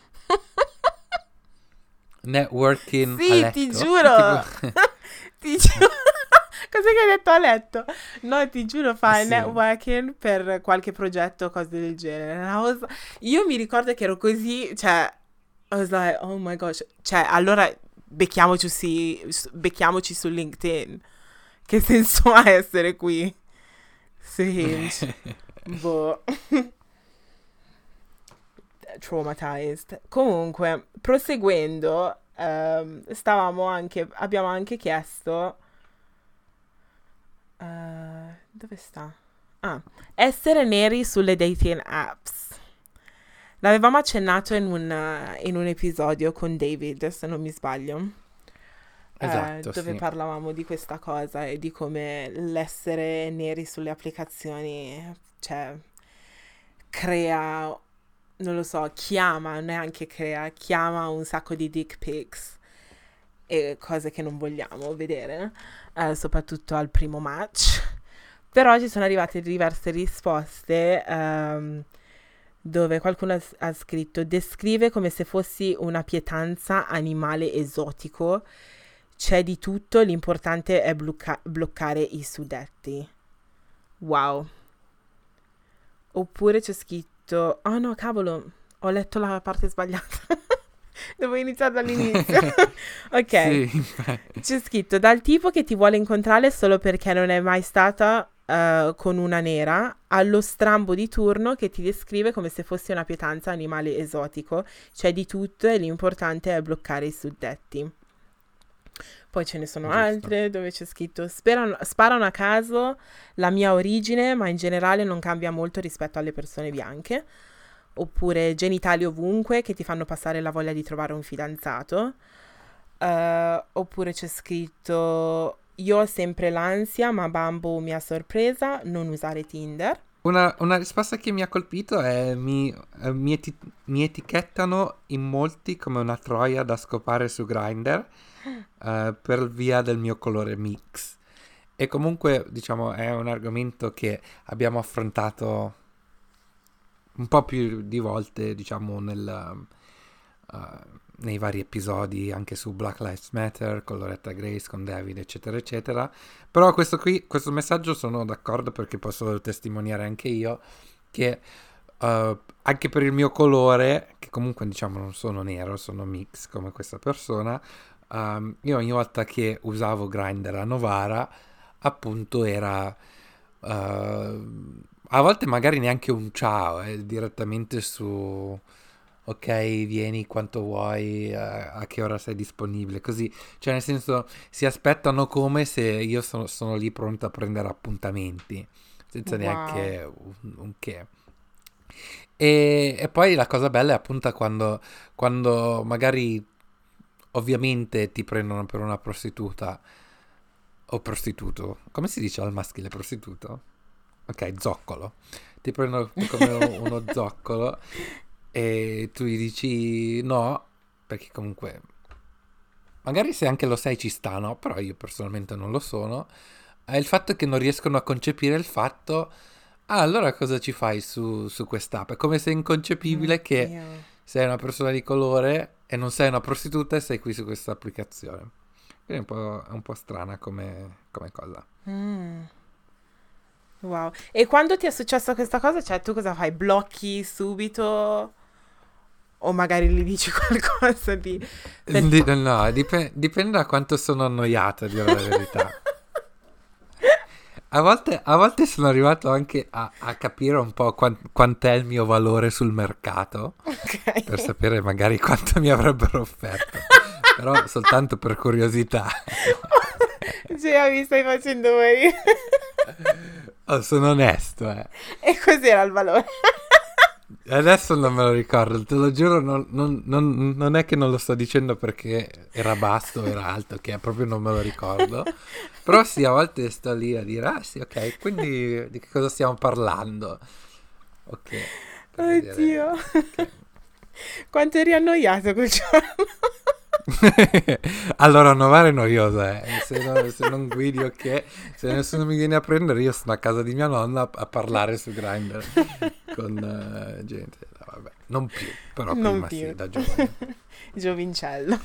Networking a Sì, ti letto? giuro. Tipo... Ti giuro. Cos'è che hai detto a letto? No, ti giuro, fa il Sì. networking per qualche progetto o cose del genere. I was- Io mi ricordo che ero così, cioè, I was like, oh my gosh. Cioè, allora becchiamoci, sì- becchiamoci su LinkedIn. Che senso ha essere qui su Hinge? Boh. Traumatized. Comunque, proseguendo, ehm, stavamo anche, abbiamo anche chiesto, eh, dove sta? Ah, essere neri sulle dating apps. L'avevamo accennato in un, eh, in un episodio con David, se non mi sbaglio, eh, Esatto, dove sì. parlavamo di questa cosa e di come l'essere neri sulle applicazioni, cioè, crea, non lo so, chiama, neanche crea, chiama un sacco di dick pics e cose che non vogliamo vedere, eh, soprattutto al primo match. Però ci sono arrivate diverse risposte ehm, dove qualcuno ha, ha scritto: descrive come se fossi una pietanza animale esotico, c'è di tutto, l'importante è blocca- bloccare i suddetti. Wow. Oppure c'è scritto... Oh no, cavolo, ho letto la parte sbagliata. Devo iniziare dall'inizio. Ok. Sì, C'è scritto dal tipo che ti vuole incontrare solo perché non è mai stata eh, con una nera, allo strambo di turno che ti descrive come se fosse una pietanza animale esotico. C'è di tutto e l'importante è bloccare i suddetti. Poi ce ne sono giusto. altre dove c'è scritto "Sperano- sparano a caso la mia origine, ma in generale non cambia molto rispetto alle persone bianche. Oppure genitali ovunque che ti fanno passare la voglia di trovare un fidanzato. Eh, oppure c'è scritto io ho sempre l'ansia, ma Bumble mi ha sorpresa, non usare Tinder. Una, una risposta che mi ha colpito è mi, eh, mi, eti- mi etichettano in molti come una troia da scopare su Grindr eh, per via del mio colore mix. E comunque, diciamo, è un argomento che abbiamo affrontato un po' più di volte, diciamo, nel, uh, nei vari episodi, anche su Black Lives Matter, con Loretta Grace, con David, eccetera, eccetera. Però questo qui, questo messaggio sono d'accordo perché posso testimoniare anche io che uh, anche per il mio colore, che comunque diciamo non sono nero, sono mix come questa persona, um, io ogni volta che usavo Grindr a Novara, appunto era... Uh, a volte magari neanche un ciao, eh, direttamente su ok, vieni quanto vuoi, a, a che ora sei disponibile, così, cioè nel senso si aspettano come se io sono, sono lì pronto a prendere appuntamenti, senza Wow. neanche un, un che. E, e poi la cosa bella è appunto quando, quando magari ovviamente ti prendono per una prostituta o prostituto, come si dice al maschile prostituto? Ok, zoccolo. Ti prendono come uno zoccolo e tu gli dici no, perché comunque magari se anche lo sei ci sta, no? Però io personalmente non lo sono. È il fatto che non riescono a concepire il fatto, ah, allora cosa ci fai su, su quest'app? È come se è inconcepibile che Oddio. sei una persona di colore e non sei una prostituta e sei qui su questa applicazione. Quindi è un po', è un po' strana come, come cosa. Mm. Wow. E quando ti è successa questa cosa, cioè tu cosa fai? Blocchi subito o magari gli dici qualcosa di... per Di- fa- no, dip- dipende da quanto sono annoiato, a dire la verità. A volte, a volte sono arrivato anche a, a capire un po' quan- quant'è il mio valore sul mercato, per Ok. sapere magari quanto mi avrebbero offerto, però soltanto per curiosità. Cioè, mi stai facendo morire. Oh, sono onesto, eh. E cos'era il valore? Adesso non me lo ricordo, te lo giuro, non, non- non- non è che non lo sto dicendo perché era basso o era alto, che proprio non me lo ricordo. Però sì, a volte sto lì a dire, ah sì, ok, quindi di che cosa stiamo parlando? Ok, per Oddio. vedere... Ok. Quanto eri annoiato quel giorno. Allora, Novara è noiosa, eh. Se, no- se non guidi, ok. Se nessuno mi viene a prendere, io sono a casa di mia nonna a, a parlare su Grindr con eh, gente. No, vabbè, non più, però Non prima più. sì, da giovane. Giovincello.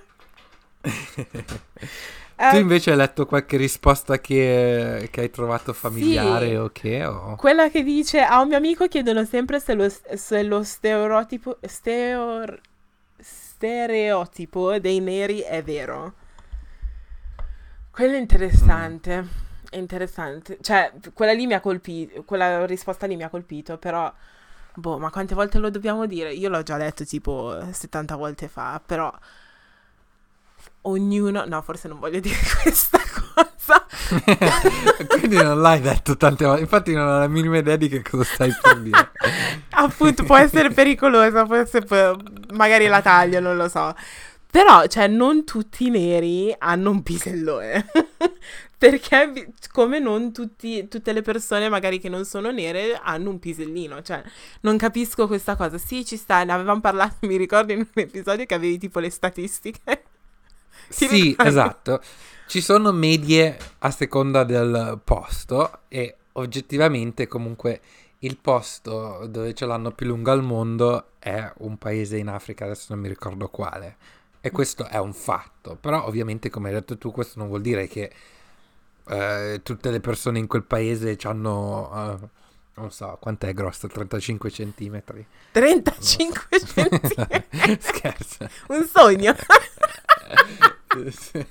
Tu Eh, invece hai letto qualche risposta che, che hai trovato familiare sì, o che? O... quella che dice a un mio amico chiedono sempre se lo, se lo stereotipo, steor- stereotipo dei neri è vero. Quello è Mm. interessante. È interessante. Cioè, quella lì mi ha colpito. Quella risposta lì mi ha colpito, però. Boh, ma quante volte lo dobbiamo dire? Io l'ho già detto tipo settanta volte fa, però ognuno... No, forse non voglio dire questa cosa. Quindi non l'hai detto tante volte, infatti non ho la minima idea di che cosa stai per dire. Appunto, può essere pericolosa, forse poi- magari la taglio, non lo so. Però, cioè, non tutti i neri hanno un pisellone. Perché, vi- come non tutti- tutte le persone, magari che non sono nere, hanno un pisellino. Cioè, non capisco questa cosa. Sì, ci sta, ne avevamo parlato, mi ricordo in un episodio che avevi tipo le statistiche. Ti Sì, ricordi? esatto. Ci sono medie a seconda del posto e oggettivamente comunque il posto dove ce l'hanno più lunga al mondo è un paese in Africa, adesso non mi ricordo quale. E questo è un fatto, però ovviamente come hai detto tu questo non vuol dire che eh, tutte le persone in quel paese hanno, eh, non so, quant'è grosso, trentacinque centimetri. trentacinque So. centimetri. Scherzo. Un sogno. Sì.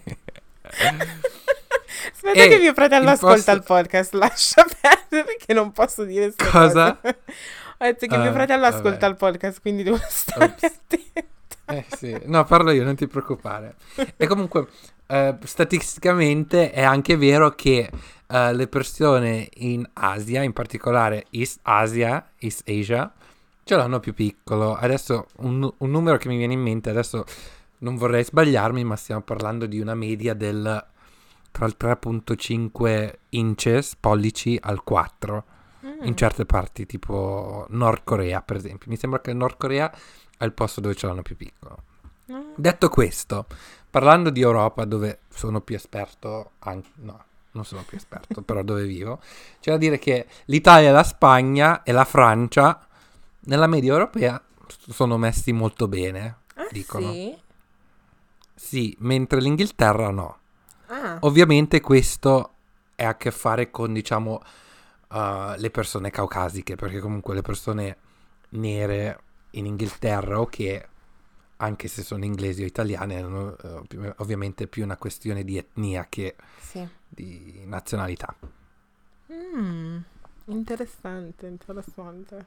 Aspetta E che mio fratello il ascolta posto... il podcast, lascia perdere perché non posso dire queste Cosa? cose. Ho detto che mio Ah, fratello ascolta vabbè. il podcast, quindi devo stare Ops. attenta. Eh sì, no, parlo io, non ti preoccupare. E comunque, eh, statisticamente è anche vero che eh, le persone in Asia, in particolare East Asia, East Asia, ce l'hanno più piccolo. Adesso un, un numero che mi viene in mente, adesso non vorrei sbagliarmi, ma stiamo parlando di una media del tra il tre virgola cinque inches, pollici, al quattro. In Mm. certe parti, tipo Nord Corea, per esempio. Mi sembra che il Nord Corea è il posto dove ce l'hanno più piccolo. Mm. Detto questo, parlando di Europa, dove sono più esperto, anche, no, non sono più esperto, però dove vivo, c'è da dire che l'Italia, la Spagna e la Francia, nella media europea, sono messi molto bene, Ah, dicono. sì? Sì, mentre l'Inghilterra no. Ah, Ovviamente questo è a che fare con, diciamo, uh, le persone caucasiche, perché comunque le persone nere in Inghilterra, ok, anche se sono inglesi o italiane, hanno uh, ovviamente più una questione di etnia che sì. di nazionalità. Mm, interessante, interessante.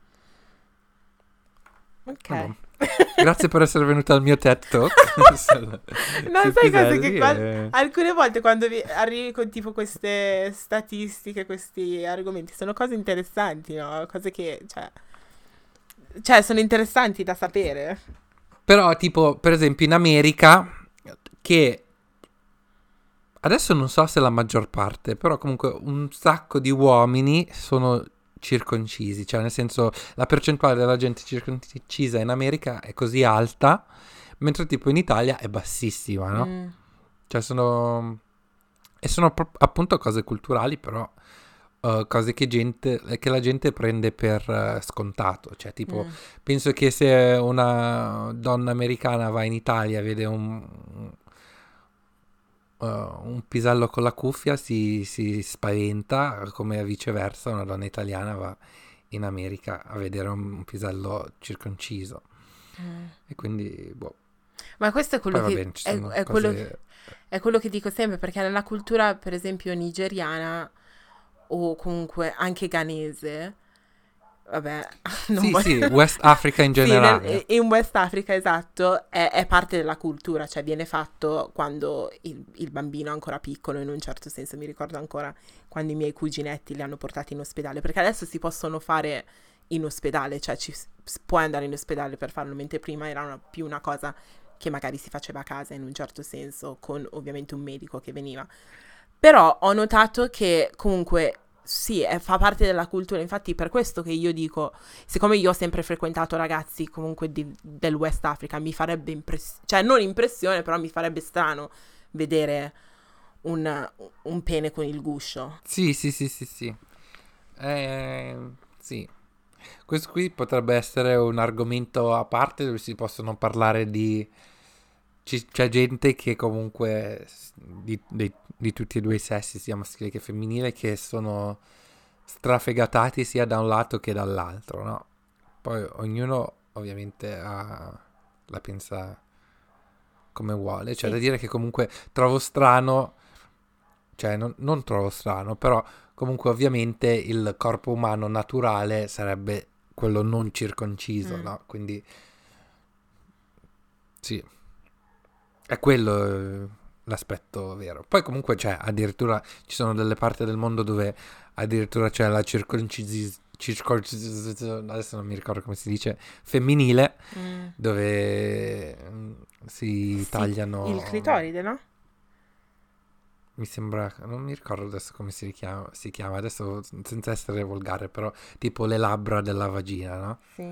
Ok. Vabbè. Grazie per essere venuta al mio TED Talk. No, sai cosa che qua- E... alcune volte quando vi- arrivi con tipo queste statistiche, questi argomenti, sono cose interessanti, no? Cose che, cioè, cioè sono interessanti da sapere. Però, tipo, per esempio, in America, che adesso non so se la maggior parte, però comunque un sacco di uomini sono circoncisi, cioè nel senso la percentuale della gente circoncisa in America è così alta, mentre tipo in Italia è bassissima, no? Mm, Cioè sono... e sono pro- appunto cose culturali, però uh, cose che, gente, che la gente prende per uh, scontato, cioè tipo mm, penso che se una donna americana va in Italia e vede un, uh, un pisello con la cuffia si, si spaventa, come viceversa una donna italiana va in America a vedere un, un pisello circonciso. mm. E quindi, boh, Ma questo è quello poi va che bene, ci è, sono è quello, cose... è quello che dico sempre, perché nella cultura, per esempio, nigeriana o comunque anche ghanese, vabbè, non Sì, voglio... sì, West Africa in Sì, nel- generale. in West Africa, esatto, è, è parte della cultura, cioè viene fatto quando il, il bambino è ancora piccolo, in un certo senso. Mi ricordo ancora quando i miei cuginetti li hanno portati in ospedale, perché adesso si possono fare in ospedale, cioè ci s- puoi andare in ospedale per farlo, mentre prima era una- più una cosa che magari si faceva a casa in un certo senso, con ovviamente un medico che veniva. Però ho notato che comunque sì, è- fa parte della cultura, infatti per questo che io dico, siccome io ho sempre frequentato ragazzi comunque di- del West Africa, mi farebbe impressione, cioè non impressione, però mi farebbe strano vedere un, un pene con il guscio. Sì, sì, sì, sì, sì. Eh, sì. Questo qui potrebbe essere un argomento a parte dove si possono parlare di... ci- c'è gente che comunque s- di, di- di tutti e due i sessi, sia maschile che femminile, che sono strafegatati sia da un lato che dall'altro, no? Poi ognuno ovviamente ha, la pensa come vuole. Cioè Sì. da dire che comunque trovo strano, cioè non, non trovo strano, però comunque ovviamente il corpo umano naturale sarebbe quello non circonciso, Mm. no? Quindi sì, è quello eh, l'aspetto vero. Poi comunque c'è, addirittura ci sono delle parti del mondo dove addirittura c'è la circoncisione, adesso non mi ricordo come si dice, femminile, Mm. dove mm, si Sì, tagliano, il clitoride, no? mi sembra, non mi ricordo adesso come si chiama, si chiama, adesso senza essere volgare, però tipo le labbra della vagina, no? Sì.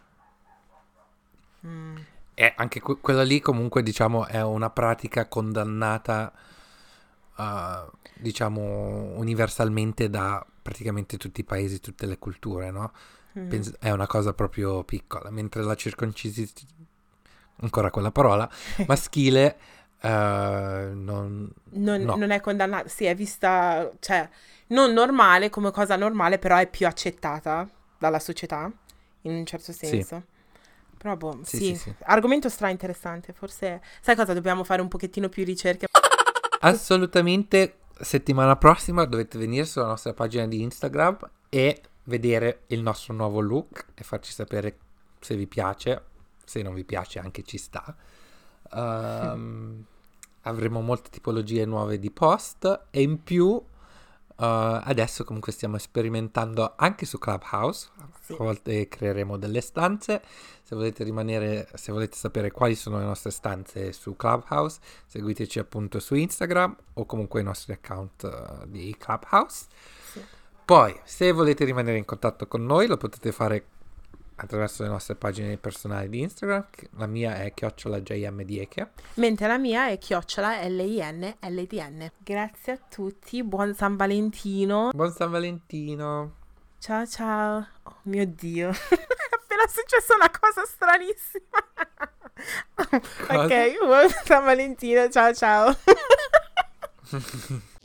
Mm. E anche que- quella lì comunque diciamo è una pratica condannata uh, diciamo universalmente da praticamente tutti i paesi, tutte le culture, no? Mm. Pens- è una cosa proprio piccola, mentre la circoncisione, ancora quella parola, maschile eh, non, Non, no, non è condannata, sì, è vista, cioè, non normale come cosa normale, però è più accettata dalla società, in un certo sì, senso. Però, boh, sì, sì, sì, sì. argomento stra interessante, forse, sai cosa, dobbiamo fare un pochettino più ricerche. Assolutamente, settimana prossima dovete venire sulla nostra pagina di Instagram e vedere il nostro nuovo look e farci sapere se vi piace, se non vi piace anche ci sta. Ehm, avremo molte tipologie nuove di post e in più eh, adesso comunque stiamo sperimentando anche su Clubhouse. A Sì. volte creeremo delle stanze. Se volete rimanere, se volete sapere quali sono le nostre stanze su Clubhouse, seguiteci appunto su Instagram o comunque i nostri account eh, di Clubhouse. Sì. Poi, se volete rimanere in contatto con noi, lo potete fare attraverso le nostre pagine personali di Instagram. La mia è chiocciola jmdieke. Mentre la mia è chiocciola L I N L D N. Grazie a tutti, buon San Valentino. Buon San Valentino. Ciao ciao. Oh mio Dio. È appena successa una cosa stranissima. Cosa? Ok, buon San Valentino, ciao ciao.